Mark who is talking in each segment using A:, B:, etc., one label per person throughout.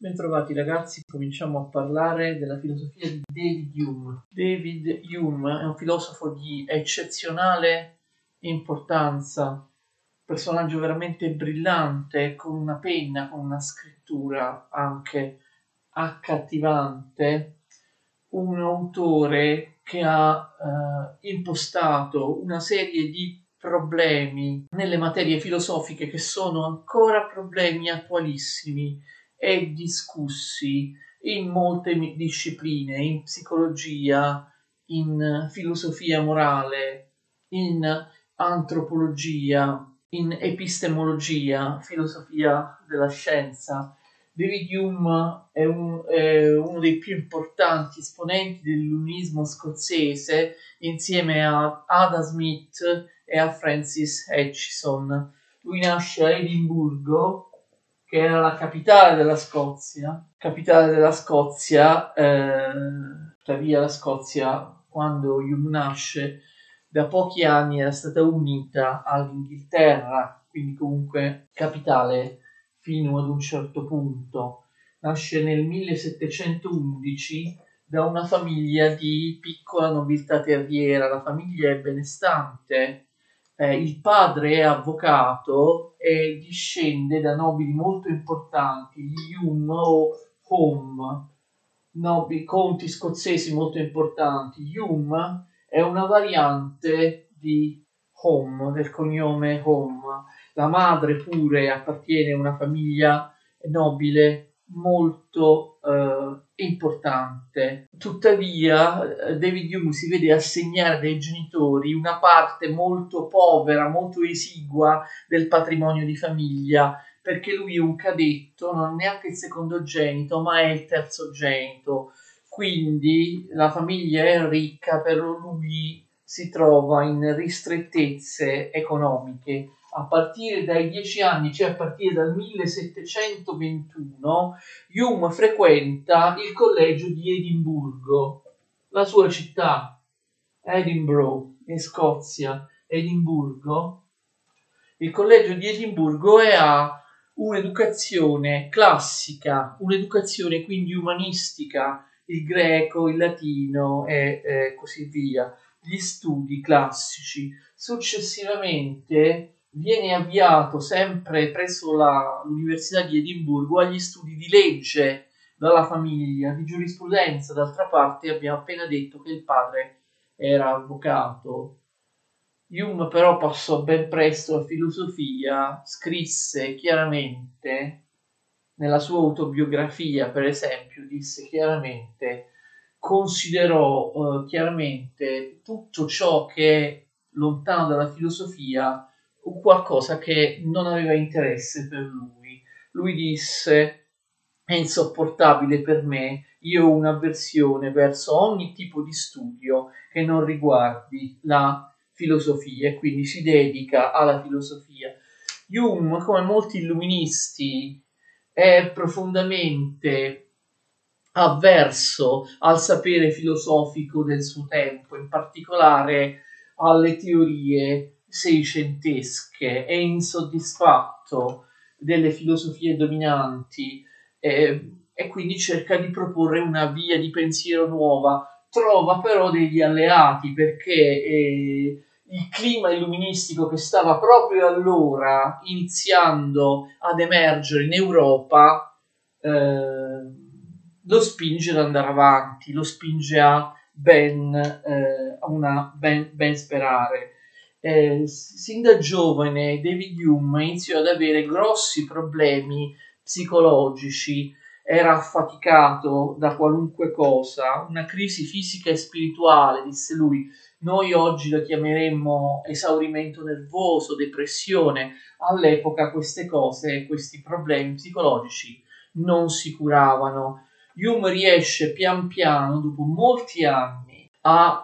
A: Bentrovati ragazzi, cominciamo a parlare della filosofia di David Hume. David Hume è un filosofo di eccezionale importanza, personaggio veramente brillante, con una penna, con una scrittura anche accattivante, un autore che ha impostato una serie di problemi nelle materie filosofiche che sono ancora problemi attualissimi e discussi in molte discipline, in psicologia, in filosofia morale, in antropologia, in epistemologia, filosofia della scienza. David Hume è uno dei più importanti esponenti dell'illuminismo scozzese insieme a Adam Smith e a Francis Hutcheson. Lui nasce a Edimburgo, che era la capitale della Scozia. Tuttavia la Scozia, quando Hume nasce, da pochi anni era stata unita all'Inghilterra, quindi comunque capitale fino ad un certo punto. Nasce nel 1711 da una famiglia di piccola nobiltà terriera. La famiglia è benestante. Il padre è avvocato e discende da nobili molto importanti, gli Hume o Home, conti scozzesi molto importanti. Hume è una variante di Home, del cognome Home. La madre pure appartiene a una famiglia nobile molto importante. Tuttavia David Hume si vede assegnare dai genitori una parte molto povera, molto esigua del patrimonio di famiglia, perché lui è un cadetto, non è neanche il secondogenito, ma è il terzogenito. Quindi la famiglia è ricca, però lui si trova in ristrettezze economiche. A partire dai 10 anni, cioè a partire dal 1721, Hume frequenta il collegio di Edimburgo, la sua città, Edinburgh, in Scozia. Edimburgo. Il collegio di Edimburgo ha un'educazione classica, un'educazione quindi umanistica, il greco, il latino e così via, gli studi classici. Successivamente viene avviato sempre presso l'Università di Edimburgo agli studi di legge dalla famiglia, di giurisprudenza. D'altra parte abbiamo appena detto che il padre era avvocato. Hume però passò ben presto a filosofia, scrisse chiaramente nella sua autobiografia, per esempio, disse chiaramente, considerò chiaramente tutto ciò che è lontano dalla filosofia qualcosa che non aveva interesse per lui. Lui disse: è insopportabile per me, io ho un'avversione verso ogni tipo di studio che non riguardi la filosofia, e quindi si dedica alla filosofia. Hume, come molti illuministi, è profondamente avverso al sapere filosofico del suo tempo, in particolare alle teorie seicentesche. È insoddisfatto delle filosofie dominanti e quindi cerca di proporre una via di pensiero nuova. Trova però degli alleati, perché il clima illuministico che stava proprio allora iniziando ad emergere in Europa lo spinge ad andare avanti, lo spinge a ben sperare. Sin da giovane David Hume iniziò ad avere grossi problemi psicologici, era affaticato da qualunque cosa, una crisi fisica e spirituale, disse lui. Noi oggi la chiameremmo esaurimento nervoso, depressione. All'epoca queste cose, questi problemi psicologici non si curavano. Hume riesce pian piano, dopo molti anni, a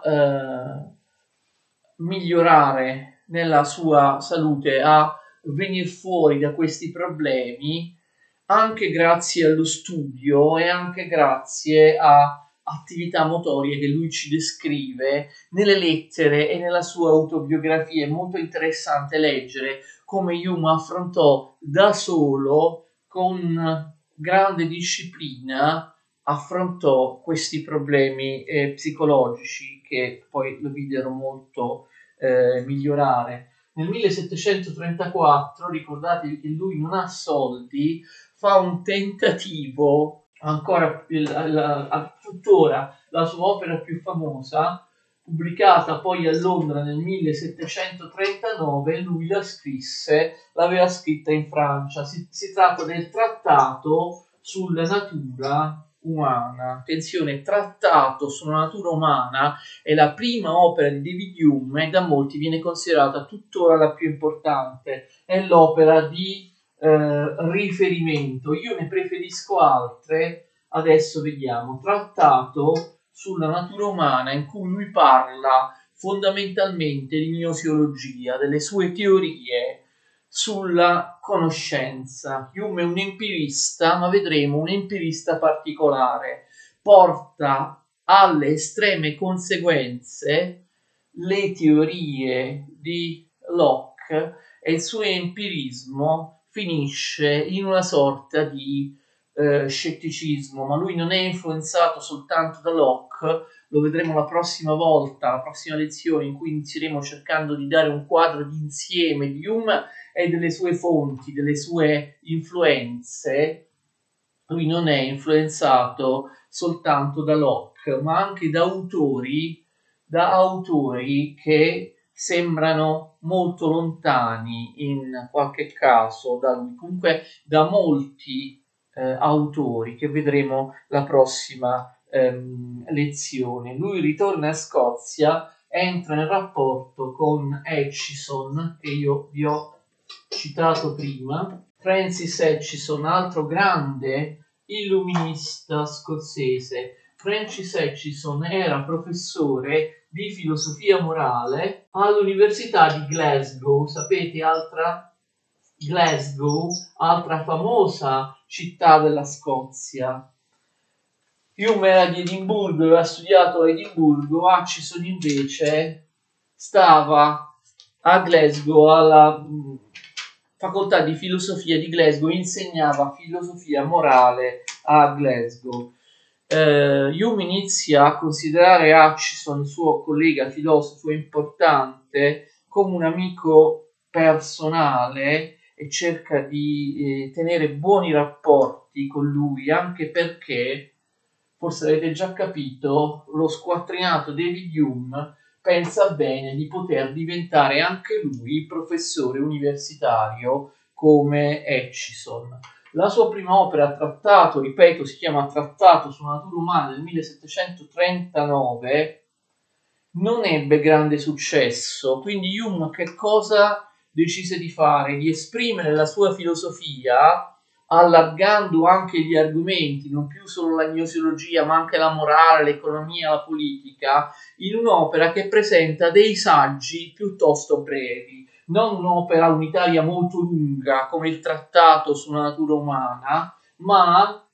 A: migliorare nella sua salute, a venire fuori da questi problemi, anche grazie allo studio e anche grazie a attività motorie che lui ci descrive nelle lettere e nella sua autobiografia. È molto interessante leggere come Hume affrontò da solo, con grande disciplina affrontò questi problemi psicologici che poi lo videro molto migliorare. Nel 1734, ricordatevi che lui non ha soldi, fa un tentativo, ancora tuttora la sua opera più famosa, pubblicata poi a Londra nel 1739, lui la scrisse, l'aveva scritta in Francia. Si tratta del trattato sulla natura umana. Attenzione, trattato sulla natura umana è la prima opera di David Hume e da molti viene considerata tuttora la più importante. È l'opera di riferimento. Io ne preferisco altre, adesso vediamo. Trattato sulla natura umana, in cui lui parla fondamentalmente di gnoseologia, delle sue teorie sulla conoscenza. Hume è un empirista, ma vedremo un empirista particolare. Porta alle estreme conseguenze le teorie di Locke e il suo empirismo finisce in una sorta di scetticismo, ma lui non è influenzato soltanto da Locke, lo vedremo la prossima volta, la prossima lezione in cui inizieremo cercando di dare un quadro di insieme di Hume e delle sue fonti, delle sue influenze. Lui non è influenzato soltanto da Locke, ma anche da autori che sembrano molto lontani in qualche caso da lui, comunque da molti autori che vedremo la prossima lezione. Lui ritorna a Scozia, entra in rapporto con Aitchison, che io vi ho citato prima. Francis Aitchison, altro grande illuminista scozzese. Francis Aitchison era professore di filosofia morale all'Università di Glasgow. Sapete, Glasgow, altra famosa città della Scozia. Hume era di Edimburgo, aveva studiato a Edimburgo, Aitchison invece stava a Glasgow alla facoltà di filosofia di Glasgow, insegnava filosofia morale a Glasgow. Hume inizia a considerare Aitchison, il suo collega filosofo importante, come un amico personale e cerca di tenere buoni rapporti con lui, anche perché, forse avete già capito, lo squattrinato David Hume pensa bene di poter diventare anche lui professore universitario come Aitchison. La sua prima opera, trattato, ripeto, si chiama Trattato sulla natura umana del 1739, non ebbe grande successo, quindi Hume che cosa decise di fare? Di esprimere la sua filosofia allargando anche gli argomenti, non più solo la gnoseologia, ma anche la morale, l'economia, la politica, in un'opera che presenta dei saggi piuttosto brevi, non un'opera unitaria molto lunga come il Trattato sulla natura umana, ma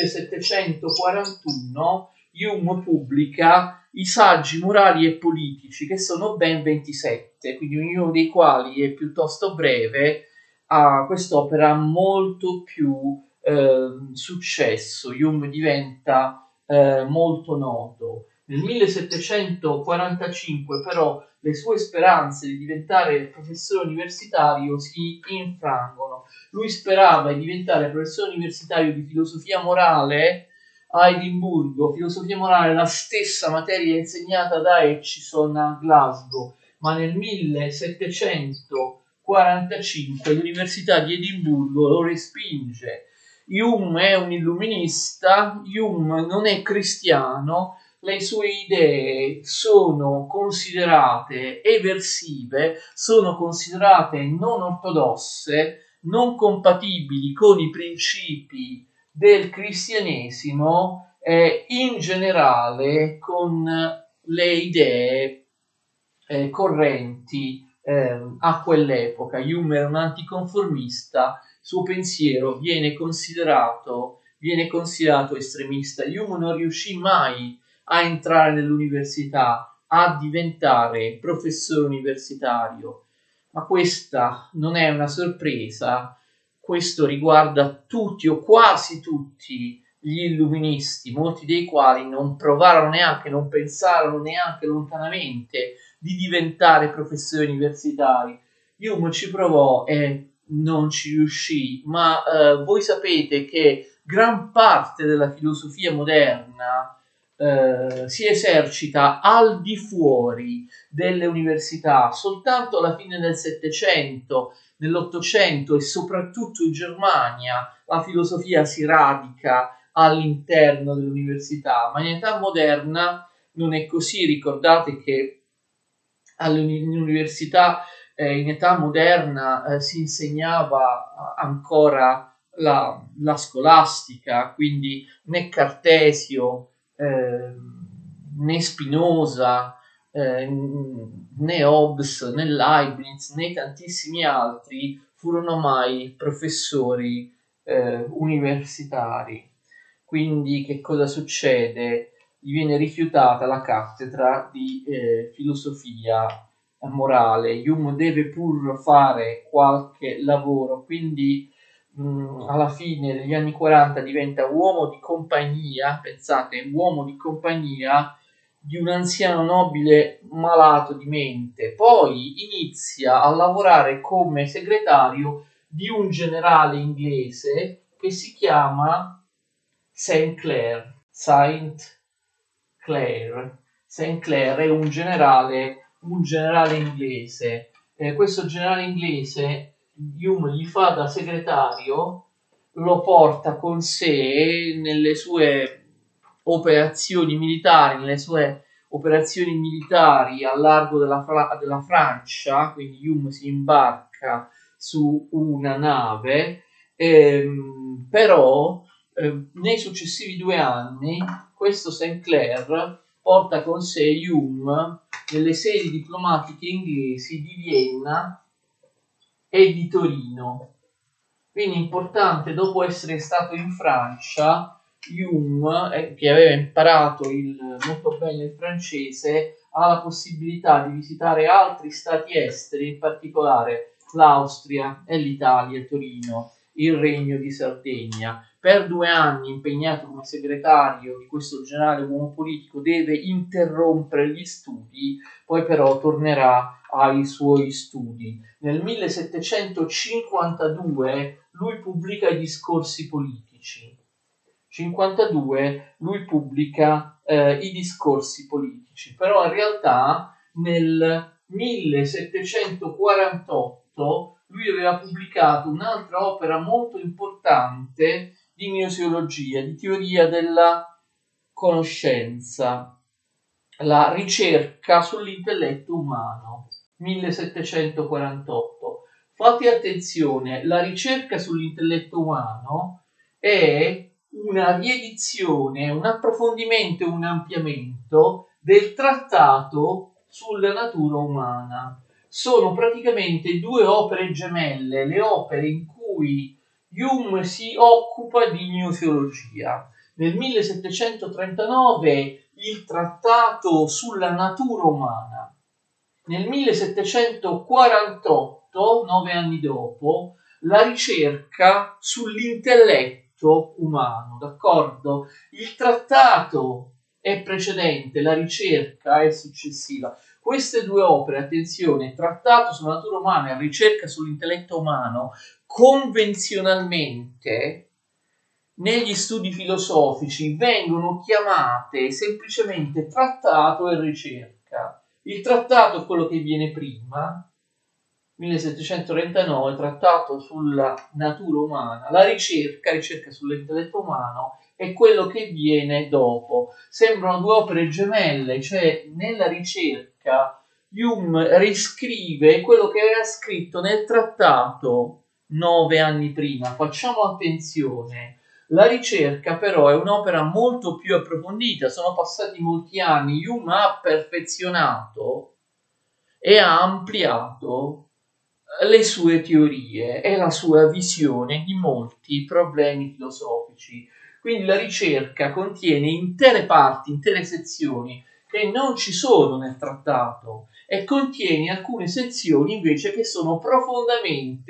A: 1741 Hume pubblica i saggi morali e politici, che sono ben 27, quindi ognuno dei quali è piuttosto breve. Quest'opera ha molto più successo. Hume diventa molto noto. Nel 1745 però le sue speranze di diventare professore universitario si infrangono. Lui sperava di diventare professore universitario di filosofia morale a Edimburgo, filosofia morale, la stessa materia insegnata da Aitchison a Glasgow, ma nel 1745 l'Università di Edimburgo lo respinge. Hume è un illuminista, Hume non è cristiano, le sue idee sono considerate eversive, sono considerate non ortodosse, non compatibili con i principi del cristianesimo e in generale con le idee correnti a quell'epoca. Hume era un anticonformista, suo pensiero viene considerato estremista. Hume non riuscì mai a entrare nell'università, a diventare professore universitario, ma questa non è una sorpresa. questo riguarda tutti o quasi tutti gli illuministi, molti dei quali non provarono neanche, non pensarono neanche lontanamente di diventare professori universitari. Hume ci provò e non ci riuscì, ma voi sapete che gran parte della filosofia moderna si esercita al di fuori delle università. Soltanto alla fine del Settecento, nell'Ottocento e soprattutto in Germania la filosofia si radica all'interno dell'università, ma in età moderna non è così. Ricordate che all'università in età moderna si insegnava ancora la scolastica, quindi né Cartesio né Spinoza né Hobbes né Leibniz né tantissimi altri furono mai professori universitari. Quindi che cosa succede? Gli viene rifiutata la cattedra di filosofia morale. Hume deve pur fare qualche lavoro, quindi alla fine degli anni 40 diventa uomo di compagnia, pensate, uomo di compagnia di un anziano nobile malato di mente. Poi inizia a lavorare come segretario di un generale inglese che si chiama St. Clair. St. Clair è un generale inglese. Questo generale inglese Hume gli fa da segretario, lo porta con sé nelle sue operazioni militari, a largo della Francia. Quindi Hume si imbarca su una nave, però nei successivi 2 anni questo St. Clair porta con sé Hume nelle sedi diplomatiche inglesi di Vienna e di Torino. Quindi importante, dopo essere stato in Francia, Hume, che aveva imparato molto bene il francese, ha la possibilità di visitare altri stati esteri, in particolare l'Austria e l'Italia, Torino, il Regno di Sardegna. Per 2 anni, impegnato come segretario di questo generale uomo politico, deve interrompere gli studi, poi però tornerà ai suoi studi. Nel 1752 lui pubblica i discorsi politici. 52 lui pubblica i discorsi politici, però in realtà nel 1748 lui aveva pubblicato un'altra opera molto importante di gnoseologia, di teoria della conoscenza, la ricerca sull'intelletto umano, 1748. Fate attenzione, la ricerca sull'intelletto umano è una riedizione, un approfondimento e un ampliamento del trattato sulla natura umana. Sono praticamente 2 opere gemelle, le opere in cui Hume si occupa di gnoseologia. Nel 1739 il trattato sulla natura umana. Nel 1748, 9 anni dopo, la ricerca sull'intelletto umano, d'accordo? Il trattato è precedente, la ricerca è successiva. Queste 2 opere, attenzione, trattato sulla natura umana e ricerca sull'intelletto umano, convenzionalmente negli studi filosofici vengono chiamate semplicemente trattato e ricerca. Il trattato è quello che viene prima, 1739, trattato sulla natura umana. La ricerca sull'intelletto umano, è quello che viene dopo. Sembrano 2 opere gemelle, cioè nella ricerca Hume riscrive quello che aveva scritto nel trattato 9 anni prima. Facciamo attenzione. La ricerca però è un'opera molto più approfondita, sono passati molti anni, Hume ha perfezionato e ha ampliato le sue teorie e la sua visione di molti problemi filosofici. Quindi la ricerca contiene intere parti, intere sezioni che non ci sono nel trattato, e contiene alcune sezioni invece che sono profondamente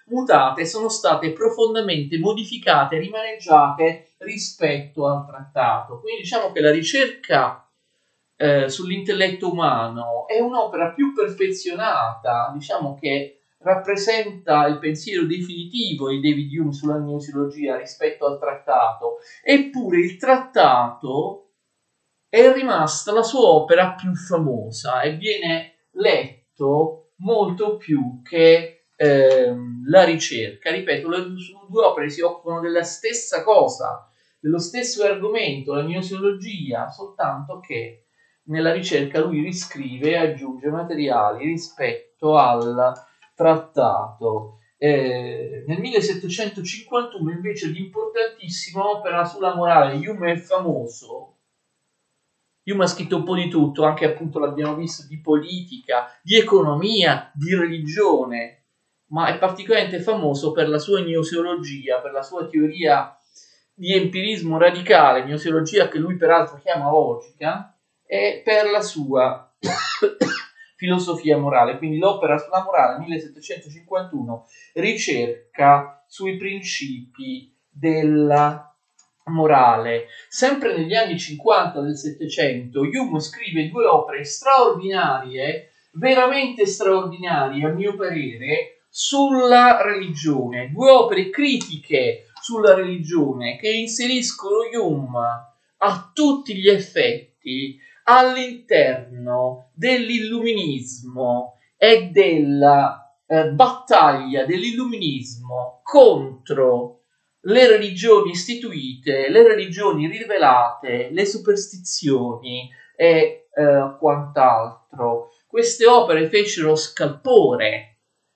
A: mutate, sono state profondamente modificate, rimaneggiate rispetto al trattato. Quindi diciamo che la ricerca sull'intelletto umano è un'opera più perfezionata, diciamo che rappresenta il pensiero definitivo di David Hume sulla gnoseologia rispetto al trattato, eppure il trattato è rimasta la sua opera più famosa e viene letto molto più che la ricerca. Ripeto, le due opere si occupano della stessa cosa, dello stesso argomento, la gnoseologia, soltanto che nella ricerca lui riscrive e aggiunge materiali rispetto al trattato. Nel 1751 invece l'importantissima opera sulla morale, Hume è famoso. Hume ha scritto un po' di tutto, anche appunto l'abbiamo visto, di politica, di economia, di religione, ma è particolarmente famoso per la sua gnoseologia, per la sua teoria di empirismo radicale, gnoseologia che lui peraltro chiama logica, e per la sua filosofia morale. Quindi l'opera sulla morale 1751, ricerca sui principi della morale. Sempre negli anni 50 del Settecento Hume scrive due opere straordinarie, veramente straordinarie a mio parere, sulla religione, due opere critiche sulla religione che inseriscono Hume a tutti gli effetti all'interno dell'illuminismo e della battaglia dell'illuminismo contro le religioni istituite, le religioni rivelate, le superstizioni e quant'altro. Queste opere fecero scalpore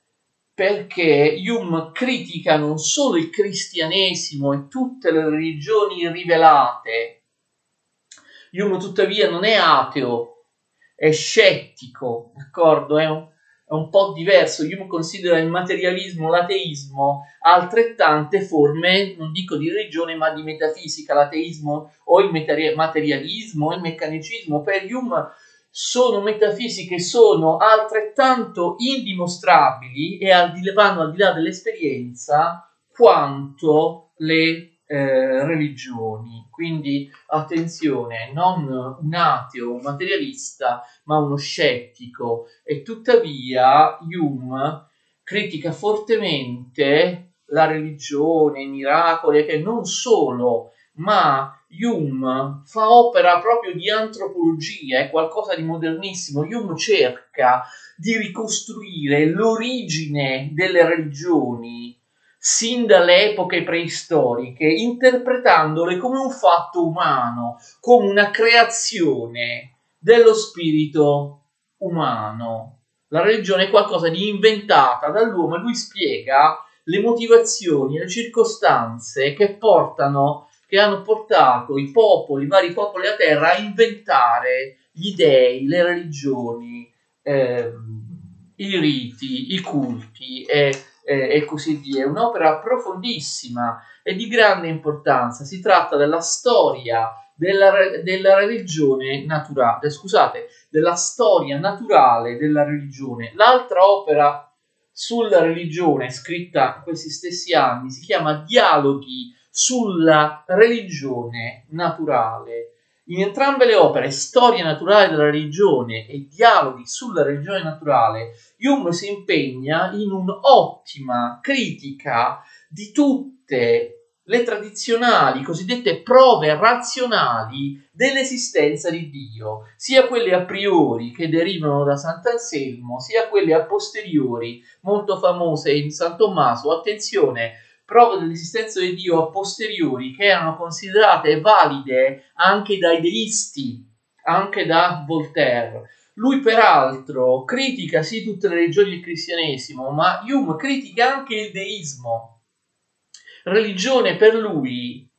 A: perché Hume critica non solo il cristianesimo e tutte le religioni rivelate. Hume tuttavia non è ateo, è scettico, d'accordo? È un po' diverso. Hume considera il materialismo, l'ateismo, altrettante forme, non dico di religione, ma di metafisica. L'ateismo o il materialismo, il meccanicismo, per Hume sono metafisiche, sono altrettanto indimostrabili e vanno al di là dell'esperienza quanto le religioni. Quindi attenzione, non un ateo, un materialista, ma uno scettico. E tuttavia Hume critica fortemente la religione, i miracoli, che non solo, ma Hume fa opera proprio di antropologia, è qualcosa di modernissimo. Hume cerca di ricostruire l'origine delle religioni sin dalle epoche preistoriche, interpretandole come un fatto umano, come una creazione dello spirito umano. La religione è qualcosa di inventata dall'uomo e lui spiega le motivazioni, le circostanze che hanno portato i vari popoli a terra a inventare gli dei, le religioni, i riti, i culti e così via. È un'opera profondissima e di grande importanza. Si tratta della storia della religione naturale, scusate, della storia naturale della religione. L'altra opera sulla religione scritta in questi stessi anni si chiama Dialoghi sulla religione naturale. In entrambe le opere, Storia naturale della religione e Dialoghi sulla religione naturale, Hume si impegna in un'ottima critica di tutte le tradizionali cosiddette prove razionali dell'esistenza di Dio, sia quelle a priori che derivano da Sant'Anselmo, sia quelle a posteriori, molto famose in San Tommaso. Attenzione, prove dell'esistenza di Dio a posteriori che erano considerate valide anche dai deisti, anche da Voltaire. Lui peraltro critica sì tutte le religioni del cristianesimo, ma Hume critica anche il deismo. Religione per lui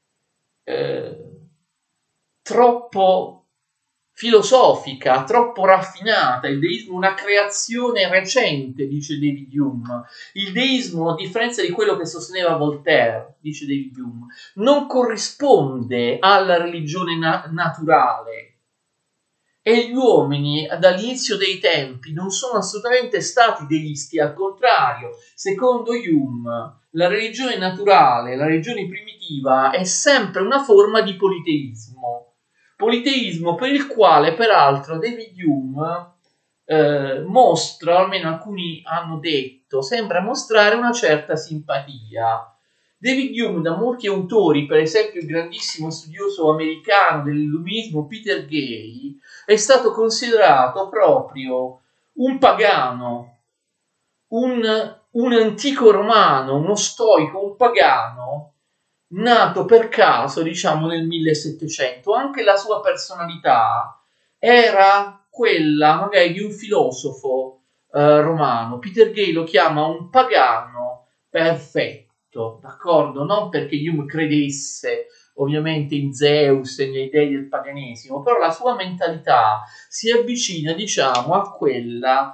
A: troppo filosofica, troppo raffinata. Il deismo è una creazione recente, dice David Hume. Il deismo, a differenza di quello che sosteneva Voltaire, dice David Hume, non corrisponde alla religione naturale. e gli uomini dall'inizio dei tempi non sono assolutamente stati deisti, al contrario, secondo Hume, la religione naturale, la religione primitiva è sempre una forma di politeismo per il quale peraltro David Hume mostra, almeno alcuni hanno detto, sembra mostrare una certa simpatia. David Hume, da molti autori, per esempio il grandissimo studioso americano dell'illuminismo Peter Gay, è stato considerato proprio un pagano, un antico romano, uno stoico, un pagano, nato per caso, diciamo, nel 1700. Anche la sua personalità era quella magari di un filosofo romano. Peter Gay lo chiama un pagano perfetto, d'accordo? Non perché Hume credesse ovviamente in Zeus e negli dei del paganesimo, però la sua mentalità si avvicina, diciamo, a quella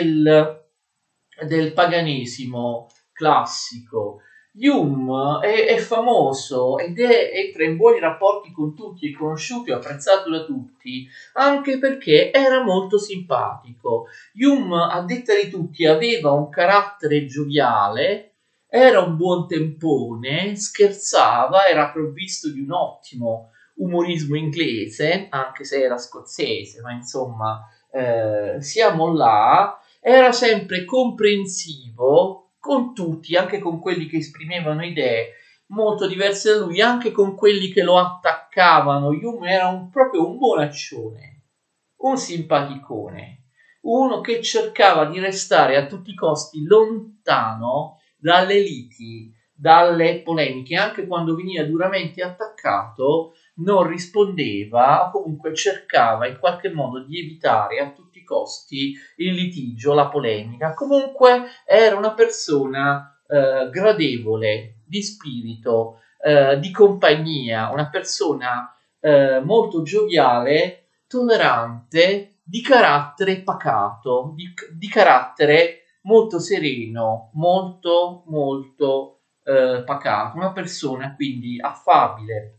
A: del paganesimo classico. Hume è famoso ed entra in buoni rapporti con tutti, è conosciuto e apprezzato da tutti, anche perché era molto simpatico. Hume, a detta di tutti, aveva un carattere gioviale, era un buon tempone, scherzava, era provvisto di un ottimo umorismo inglese, anche se era scozzese, ma insomma, siamo là. Era sempre comprensivo con tutti, anche con quelli che esprimevano idee molto diverse da lui, anche con quelli che lo attaccavano. Hume era proprio un bonaccione, un simpaticone, uno che cercava di restare a tutti i costi lontano dalle liti, dalle polemiche, anche quando veniva duramente attaccato non rispondeva o comunque cercava in qualche modo di evitare a tutti i costi il litigio, la polemica. Comunque era una persona gradevole, di spirito, di compagnia, una persona molto gioviale, tollerante, di carattere pacato, di carattere molto sereno, molto pacato, una persona quindi affabile,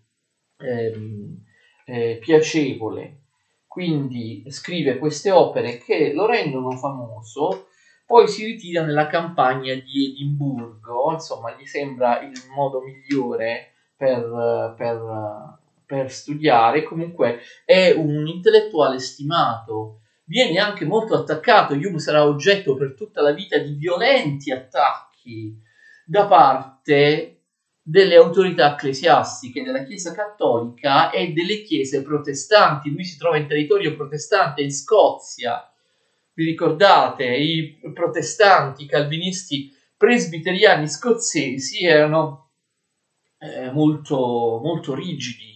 A: piacevole. Quindi scrive queste opere che lo rendono famoso, poi si ritira nella campagna di Edimburgo, insomma gli sembra il modo migliore per studiare. Comunque è un intellettuale stimato, viene anche molto attaccato. Hume sarà oggetto per tutta la vita di violenti attacchi da parte delle autorità ecclesiastiche della Chiesa cattolica e delle chiese protestanti. Lui si trova in territorio protestante in Scozia. Vi ricordate? I protestanti, i calvinisti presbiteriani scozzesi erano molto rigidi,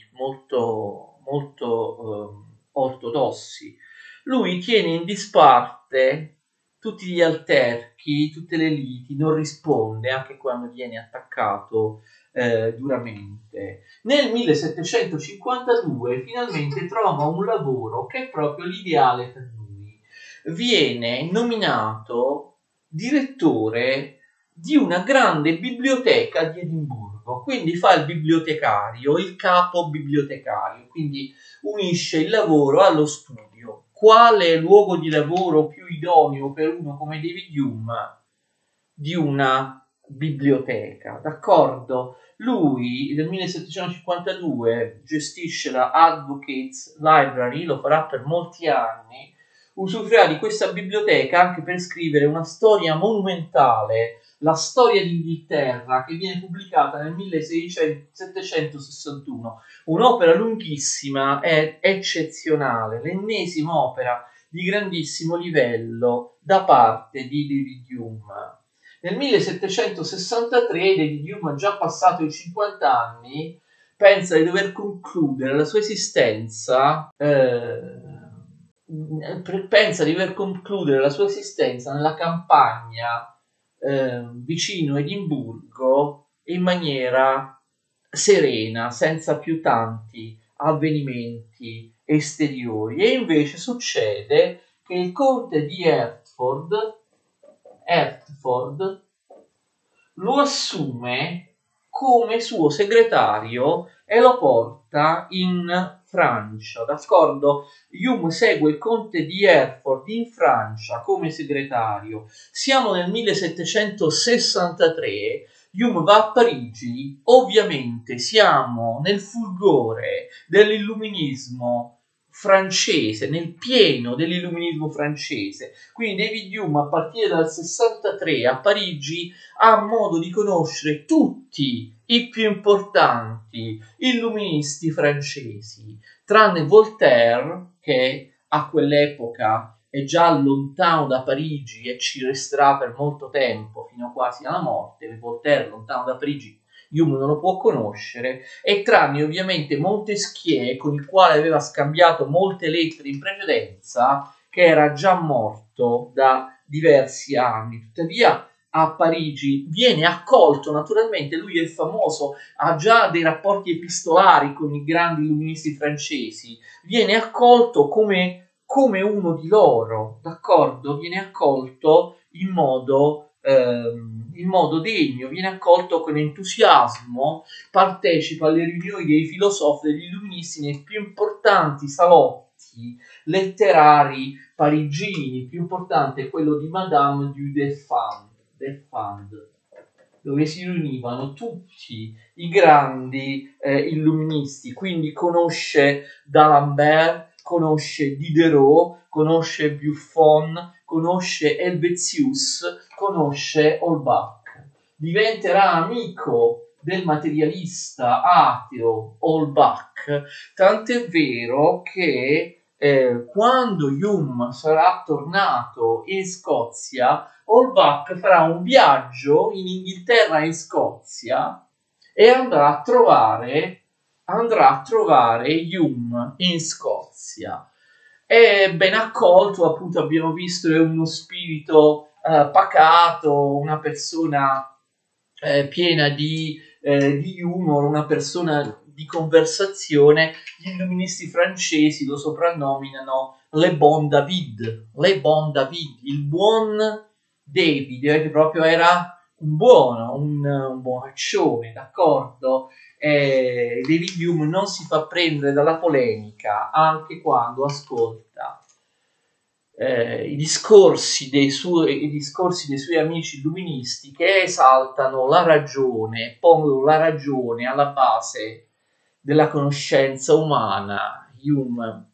A: molto ortodossi. Lui tiene in disparte tutti gli alterchi, tutte le liti, non risponde anche quando viene attaccato duramente. Nel 1752 finalmente trova un lavoro che è proprio l'ideale per lui. Viene nominato direttore di una grande biblioteca di Edimburgo, quindi fa il bibliotecario, il capo bibliotecario, quindi unisce il lavoro allo studio. Quale luogo di lavoro più idoneo per uno come David Hume di una biblioteca, d'accordo? Lui nel 1752 gestisce la Advocates Library, lo farà per molti anni, usufruirà di questa biblioteca anche per scrivere una storia monumentale, la storia d'Inghilterra, che viene pubblicata nel 1761, un'opera lunghissima e eccezionale, l'ennesima opera di grandissimo livello da parte di David Hume. Nel 1763 David Hume, già passato i 50 anni, pensa di dover concludere la sua esistenza nella campagna vicino Edimburgo in maniera serena, senza più tanti avvenimenti esteriori. E invece succede che il conte di Hertford lo assume come suo segretario e lo porta porta in Francia, d'accordo? Hume segue il conte di Hereford in Francia come segretario. Siamo nel 1763, Hume va a Parigi, ovviamente siamo nel fulgore dell'illuminismo francese, nel pieno dell'illuminismo francese. Quindi David Hume a partire dal 63 a Parigi ha modo di conoscere tutti i più importanti illuministi francesi, tranne Voltaire, che a quell'epoca è già lontano da Parigi e ci resterà per molto tempo, fino quasi alla morte. Voltaire lontano da Parigi, Hume non lo può conoscere, e tranne ovviamente Montesquieu, con il quale aveva scambiato molte lettere in precedenza, che era già morto da diversi anni. Tuttavia a Parigi viene accolto, naturalmente lui è famoso, ha già dei rapporti epistolari con i grandi illuministi francesi, viene accolto come uno di loro, d'accordo? Viene accolto in modo degno, viene accolto con entusiasmo, partecipa alle riunioni dei filosofi, degli illuministi nei più importanti salotti letterari parigini. Il più importante è quello di Madame du Deffand, dove si riunivano tutti i grandi illuministi. Quindi conosce D'Alembert, conosce Diderot, conosce Buffon, conosce Helvetius, conosce Holbach. Diventerà amico del materialista ateo Holbach, tant'è vero che quando Hume sarà tornato in Scozia, Holbach farà un viaggio in Inghilterra e in Scozia e andrà a trovare Hume in Scozia. È ben accolto, appunto abbiamo visto, è uno spirito pacato, una persona piena di humor, una persona di conversazione. Gli illuministi francesi lo soprannominano Le Bon David, il buon David, proprio era un buono, un buonaccione, d'accordo? David Hume non si fa prendere dalla polemica anche quando ascolta i discorsi dei suoi amici illuministi, che esaltano la ragione, pongono la ragione alla base della conoscenza umana. Hume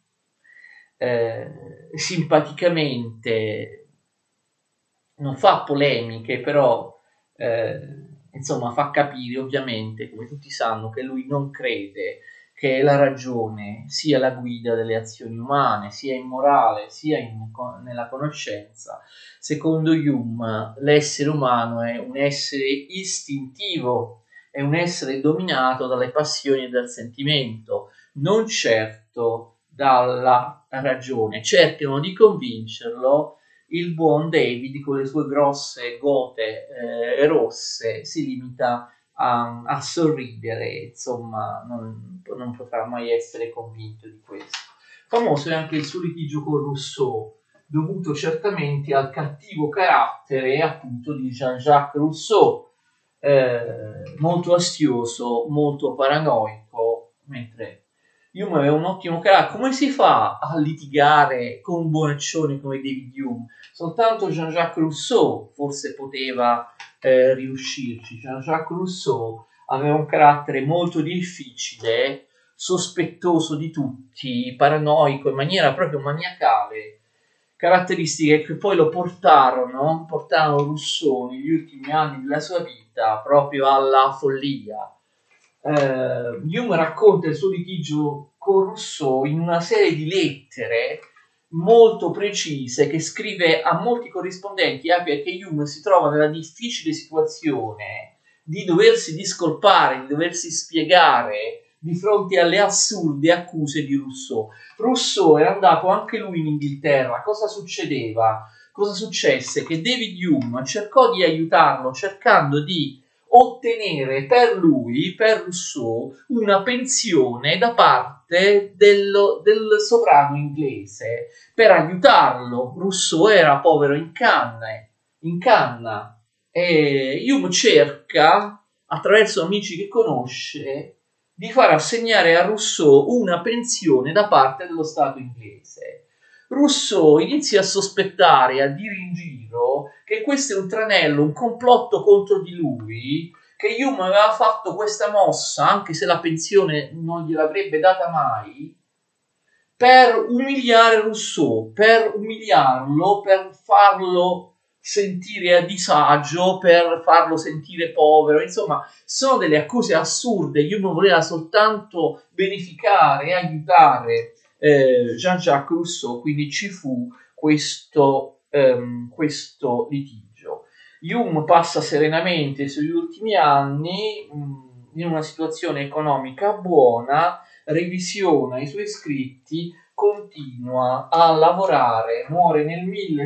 A: simpaticamente non fa polemiche, però insomma fa capire, ovviamente, come tutti sanno, che lui non crede che la ragione sia la guida delle azioni umane, sia in morale, sia nella conoscenza. Secondo Hume, l'essere umano è un essere istintivo, è un essere dominato dalle passioni e dal sentimento, non certo dalla ragione. Cercano di convincerlo. Il buon David, con le sue grosse gote rosse, si limita a sorridere, insomma, non potrà mai essere convinto di questo. Famoso è anche il suo litigio con Rousseau, dovuto certamente al cattivo carattere, appunto, di Jean-Jacques Rousseau, molto astioso, molto paranoico, mentre Hume aveva un ottimo carattere. Come si fa a litigare con un buonaccione come David Hume? Soltanto Jean-Jacques Rousseau forse poteva riuscirci. Jean-Jacques Rousseau aveva un carattere molto difficile, sospettoso di tutti, paranoico, in maniera proprio maniacale, caratteristiche che poi lo portarono Rousseau negli ultimi anni della sua vita proprio alla follia. Hume racconta il suo litigio con Rousseau in una serie di lettere molto precise che scrive a molti corrispondenti, perché Hume si trova nella difficile situazione di doversi discolpare, di doversi spiegare di fronte alle assurde accuse di Rousseau. Rousseau era andato anche lui in Inghilterra. Cosa succedeva? Cosa successe? Che David Hume cercò di aiutarlo, cercando di ottenere per lui, per Rousseau, una pensione da parte del sovrano inglese per aiutarlo. Rousseau era povero in canna, e Hume cerca, attraverso amici che conosce, di far assegnare a Rousseau una pensione da parte dello Stato inglese. Rousseau inizia a sospettare, a dire in giro che questo è un tranello, un complotto contro di lui, che Hume aveva fatto questa mossa, anche se la pensione non gliel'avrebbe data mai, per umiliare Rousseau, per umiliarlo, per farlo sentire a disagio, per farlo sentire povero. Insomma, sono delle accuse assurde. Hume voleva soltanto beneficare e aiutare Jean-Jacques Rousseau, quindi ci fu questo litigio. Hume passa serenamente i suoi ultimi anni in una situazione economica buona, revisiona i suoi scritti, continua a lavorare, muore nel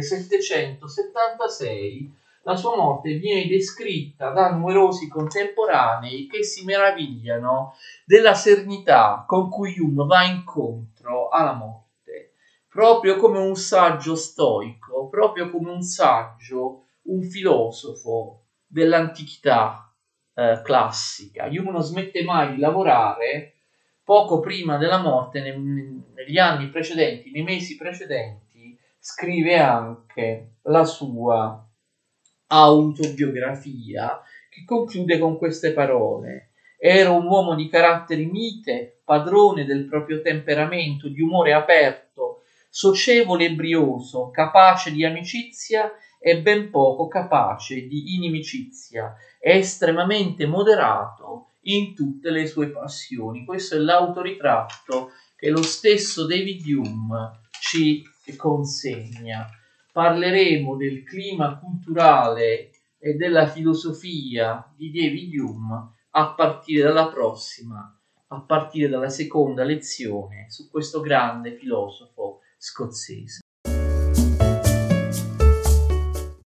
A: 1776. La sua morte viene descritta da numerosi contemporanei che si meravigliano della serenità con cui Hume va incontro alla morte, proprio come un saggio stoico, proprio come un saggio, un filosofo dell'antichità classica. Hume non smette mai di lavorare. Poco prima della morte, negli anni precedenti, nei mesi precedenti, scrive anche la sua autobiografia, che conclude con queste parole: era un uomo di carattere mite, padrone del proprio temperamento, di umore aperto, socievole e brioso, capace di amicizia e ben poco capace di inimicizia, estremamente moderato in tutte le sue passioni. Questo è l'autoritratto che lo stesso David Hume ci consegna. Parleremo del clima culturale e della filosofia di David Hume a partire dalla prossima, a partire dalla seconda lezione su questo grande filosofo scozzese.